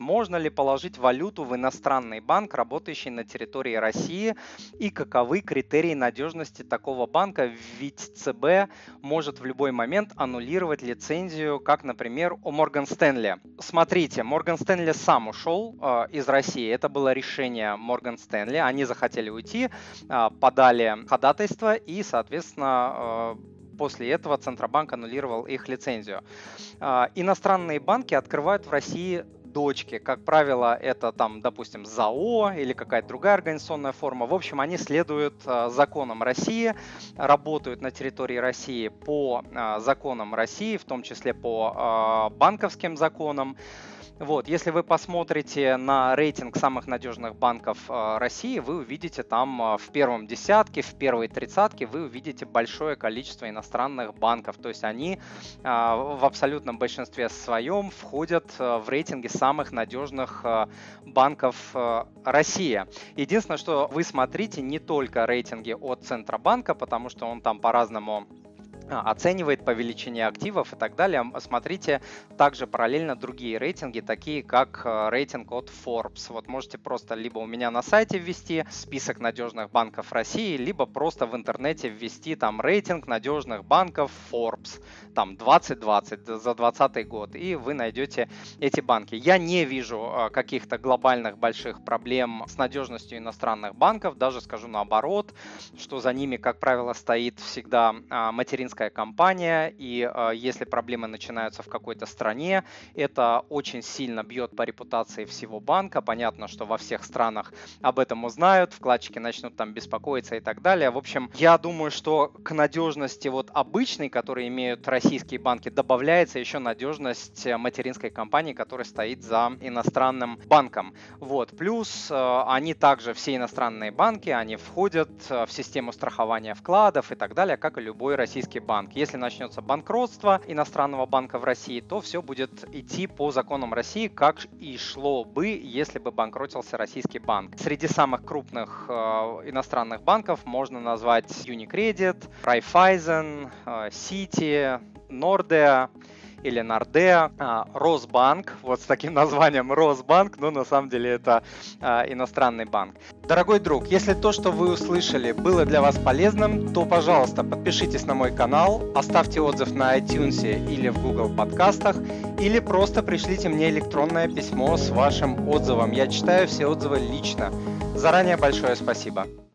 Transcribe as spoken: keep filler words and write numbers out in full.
можно ли положить валюту в иностранный банк, работающий на территории России, и каковы критерии надежности такого банка, ведь ЦБ может в любой момент аннулировать лицензию, как, например, у Морган Стэнли. Смотрите, Морган Стэнли сам ушел э, из России, это было решение Морган Стэнли, они захотели уйти, э, подали ходатайство и, соответственно, э, после этого Центробанк аннулировал их лицензию. А, Иностранные банки открывают в России дочки. Как правило, это там, допустим, ЗАО или какая-то другая организационная форма. В общем, они следуют а, законам России, работают на территории России по а, законам России, в том числе по а, банковским законам. Вот, если вы посмотрите на рейтинг самых надежных банков э, России, вы увидите там э, в первом десятке, в первой тридцатке вы увидите большое количество иностранных банков. То есть они э, в абсолютном большинстве своем входят э, в рейтинги самых надежных э, банков э, России. Единственное, что вы смотрите не только рейтинги от Центробанка, потому что он там по-разному оценивает по величине активов и так далее. Смотрите также параллельно другие рейтинги, такие как рейтинг от Forbes. Вот можете просто либо у меня на сайте ввести список надежных банков России, либо просто в интернете ввести там рейтинг надежных банков Forbes, там двадцать двадцать за двадцатый год, и вы найдете эти банки. Я не вижу каких-то глобальных больших проблем с надежностью иностранных банков, даже скажу наоборот, что за ними, как правило, стоит всегда материнская компания, и э, если проблемы начинаются в какой-то стране, это очень сильно бьет по репутации всего банка. Понятно, что во всех странах об этом узнают, вкладчики начнут там беспокоиться и так далее. В общем, я думаю, что к надежности вот обычной, которые имеют российские банки, добавляется еще надежность материнской компании, которая стоит за иностранным банком. Вот. Плюс э, они также, все иностранные банки, они входят в систему страхования вкладов и так далее, как и любой российский банк. Если начнется банкротство иностранного банка в России, то все будет идти по законам России, как и шло бы, если бы банкротился российский банк. Среди самых крупных э, иностранных банков можно назвать Unicredit, Raiffeisen, э, Citi, Nordea или Nordea, а, Росбанк, вот с таким названием Росбанк, но на самом деле это а, иностранный банк. Дорогой друг, если то, что вы услышали, было для вас полезным, то, пожалуйста, подпишитесь на мой канал, оставьте отзыв на iTunes или в Google подкастах, или просто пришлите мне электронное письмо с вашим отзывом. Я читаю все отзывы лично. Заранее большое спасибо.